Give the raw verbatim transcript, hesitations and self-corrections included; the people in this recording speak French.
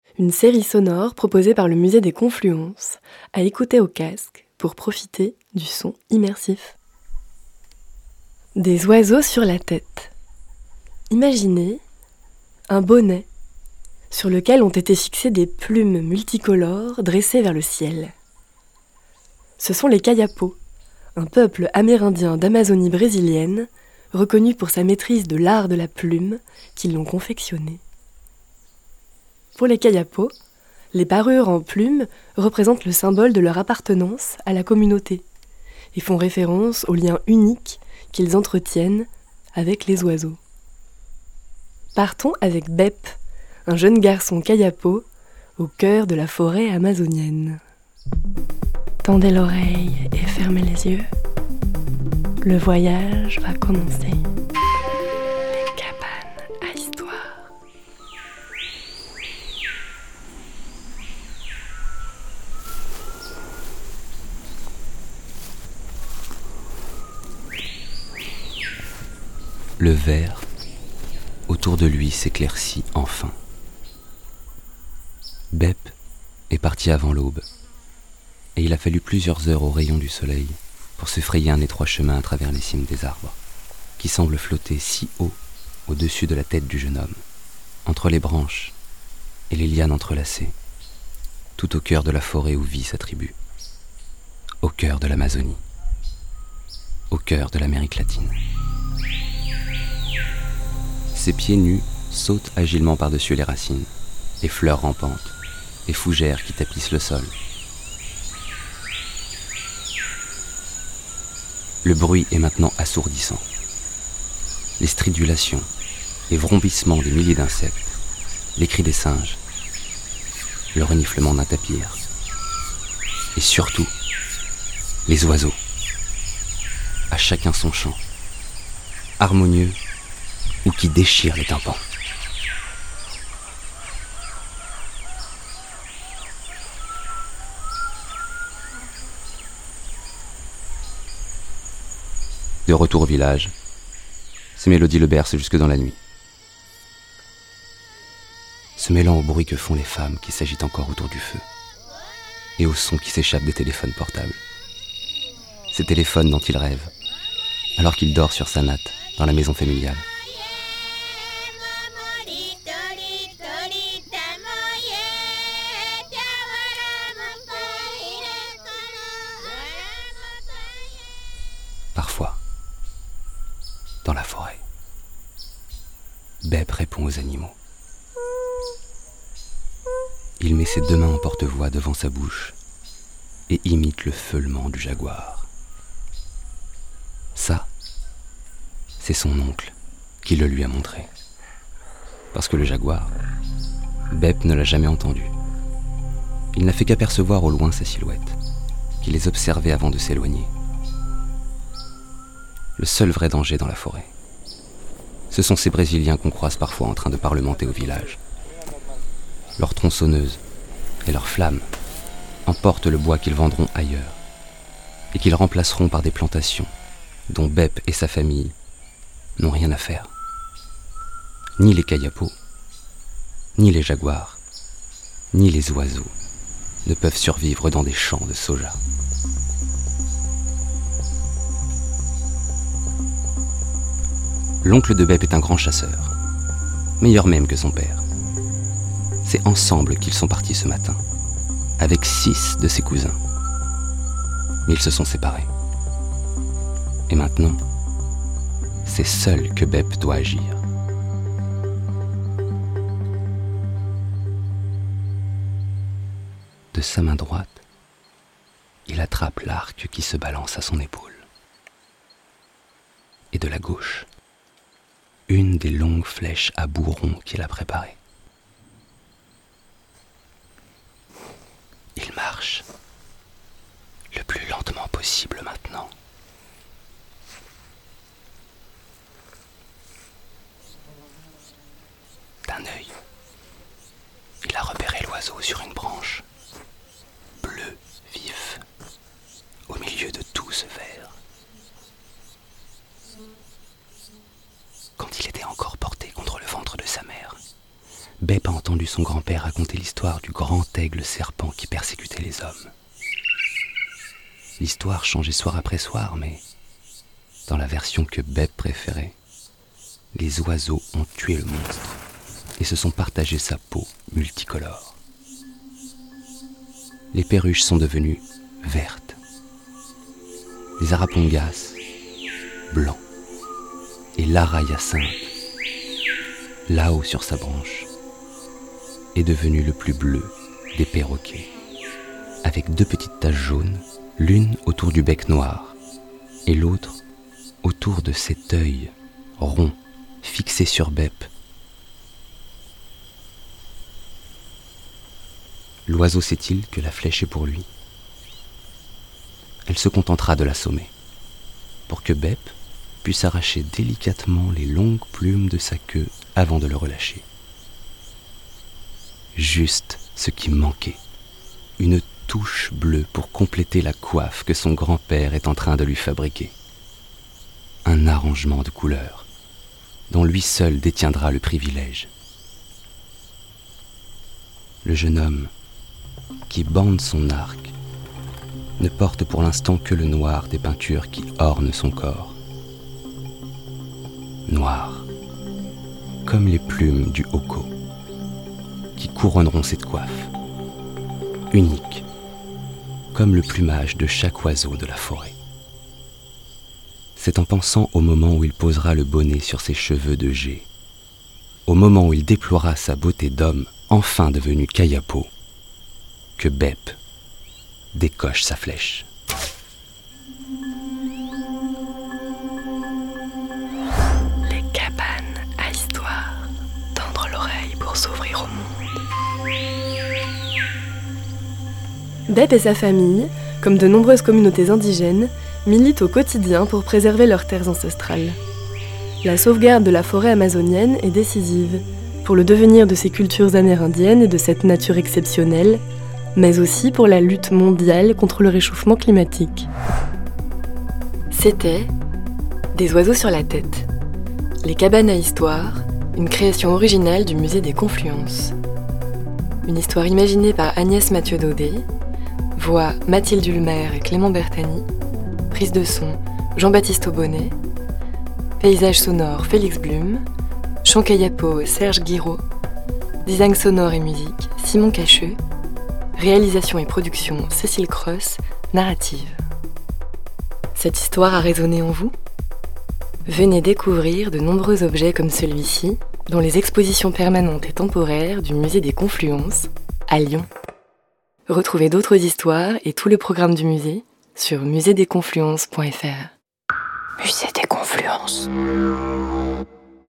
une série sonore proposée par le Musée des Confluences, à écouter au casque pour profiter du son immersif. Des oiseaux sur la tête. Imaginez un bonnet sur lequel ont été fixées des plumes multicolores dressées vers le ciel. Ce sont les Kayapos, un peuple amérindien d'Amazonie brésilienne, reconnu pour sa maîtrise de l'art de la plume, qui l'ont confectionné. Pour les Kayapos, les parures en plumes représentent le symbole de leur appartenance à la communauté et font référence au lien unique qu'ils entretiennent avec les oiseaux. Partons avec Bep, un jeune garçon Kayapo au cœur de la forêt amazonienne. Tendez l'oreille et fermez les yeux. Le voyage va commencer. Les cabanes à histoire. Le ver, autour de lui, s'éclaircit enfin. Bep est parti avant l'aube, et il a fallu plusieurs heures aux rayons du soleil pour se frayer un étroit chemin à travers les cimes des arbres, qui semblent flotter si haut au-dessus de la tête du jeune homme, entre les branches et les lianes entrelacées, tout au cœur de la forêt où vit sa tribu, au cœur de l'Amazonie, au cœur de l'Amérique latine. Ses pieds nus sautent agilement par-dessus les racines, les fleurs rampantes, les fougères qui tapissent le sol. Le bruit est maintenant assourdissant. Les stridulations, les vrombissements des milliers d'insectes, les cris des singes, le reniflement d'un tapir, et surtout, les oiseaux, à chacun son chant, harmonieux ou qui déchire les tympans. De retour au village, ces mélodies le bercent jusque dans la nuit. Se mêlant au bruit que font les femmes qui s'agitent encore autour du feu, et au son qui s'échappe des téléphones portables. Ces téléphones dont il rêve, alors qu'il dort sur sa natte dans la maison familiale. Parfois, dans la forêt, Bep répond aux animaux. Il met ses deux mains en porte-voix devant sa bouche et imite le feulement du jaguar. Ça, c'est son oncle qui le lui a montré. Parce que le jaguar, Bep ne l'a jamais entendu. Il n'a fait qu'apercevoir au loin sa silhouette, qui les observait avant de s'éloigner. Le seul vrai danger dans la forêt, ce sont ces Brésiliens qu'on croise parfois en train de parlementer au village. Leurs tronçonneuses et leurs flammes emportent le bois qu'ils vendront ailleurs et qu'ils remplaceront par des plantations dont Bep et sa famille n'ont rien à faire. Ni les Kayapos, ni les jaguars, ni les oiseaux ne peuvent survivre dans des champs de soja. L'oncle de Bep est un grand chasseur, meilleur même que son père. C'est ensemble qu'ils sont partis ce matin, avec six de ses cousins. Mais ils se sont séparés. Et maintenant, c'est seul que Bep doit agir. De sa main droite, il attrape l'arc qui se balance à son épaule. Et de la gauche, une des longues flèches à bourron qu'il a préparées. Il marche le plus lentement possible maintenant. D'un œil, il a repéré l'oiseau sur une branche, bleu vif, au milieu de tout ce vert. Quand il était encore porté contre le ventre de sa mère, Bep a entendu entendu son grand-père raconter l'histoire du grand aigle serpent qui persécutait les hommes. L'histoire changeait soir après soir, mais dans la version que Bep préférait, les oiseaux ont tué le monstre et se sont partagés sa peau multicolore. Les perruches sont devenues vertes, les arapongas blancs, et Lara Hyacinthe, là-haut sur sa branche, est devenu le plus bleu des perroquets, avec deux petites taches jaunes, l'une autour du bec noir et l'autre autour de cet œil rond fixé sur Bep. L'oiseau sait-il que la flèche est pour lui? Elle se contentera de l'assommer, pour que Bep puisse arracher délicatement les longues plumes de sa queue avant de le relâcher. Juste ce qui manquait, une touche bleue pour compléter la coiffe que son grand-père est en train de lui fabriquer. Un arrangement de couleurs, dont lui seul détiendra le privilège. Le jeune homme, qui bande son arc, ne porte pour l'instant que le noir des peintures qui ornent son corps. Noir, comme les plumes du hoko, qui couronneront cette coiffe, unique, comme le plumage de chaque oiseau de la forêt. C'est en pensant au moment où il posera le bonnet sur ses cheveux de jais, au moment où il déploiera sa beauté d'homme enfin devenu Kayapo, que Bep décoche sa flèche. Les cabanes à histoire, tendre l'oreille pour s'ouvrir au monde. Bep et sa famille, comme de nombreuses communautés indigènes, militent au quotidien pour préserver leurs terres ancestrales. La sauvegarde de la forêt amazonienne est décisive pour le devenir de ces cultures amérindiennes et de cette nature exceptionnelle, mais aussi pour la lutte mondiale contre le réchauffement climatique. C'était Des oiseaux sur la tête. Les cabanes à histoire, une création originale du musée des Confluences. Une histoire imaginée par Agnès Mathieu-Daudet, voix Mathilde Ulmer et Clément Bertani, prise de son Jean-Baptiste Aubonnet, paysage sonore Félix Blum, chant Kayapo Serge Guiraud, design sonore et musique Simon Cacheux, réalisation et production Cécile Cross, narrative. Cette histoire a résonné en vous? Venez découvrir de nombreux objets comme celui-ci dans les expositions permanentes et temporaires du musée des Confluences à Lyon. Retrouvez d'autres histoires et tout le programme du musée sur musée des confluences point f r. Musée des Confluences.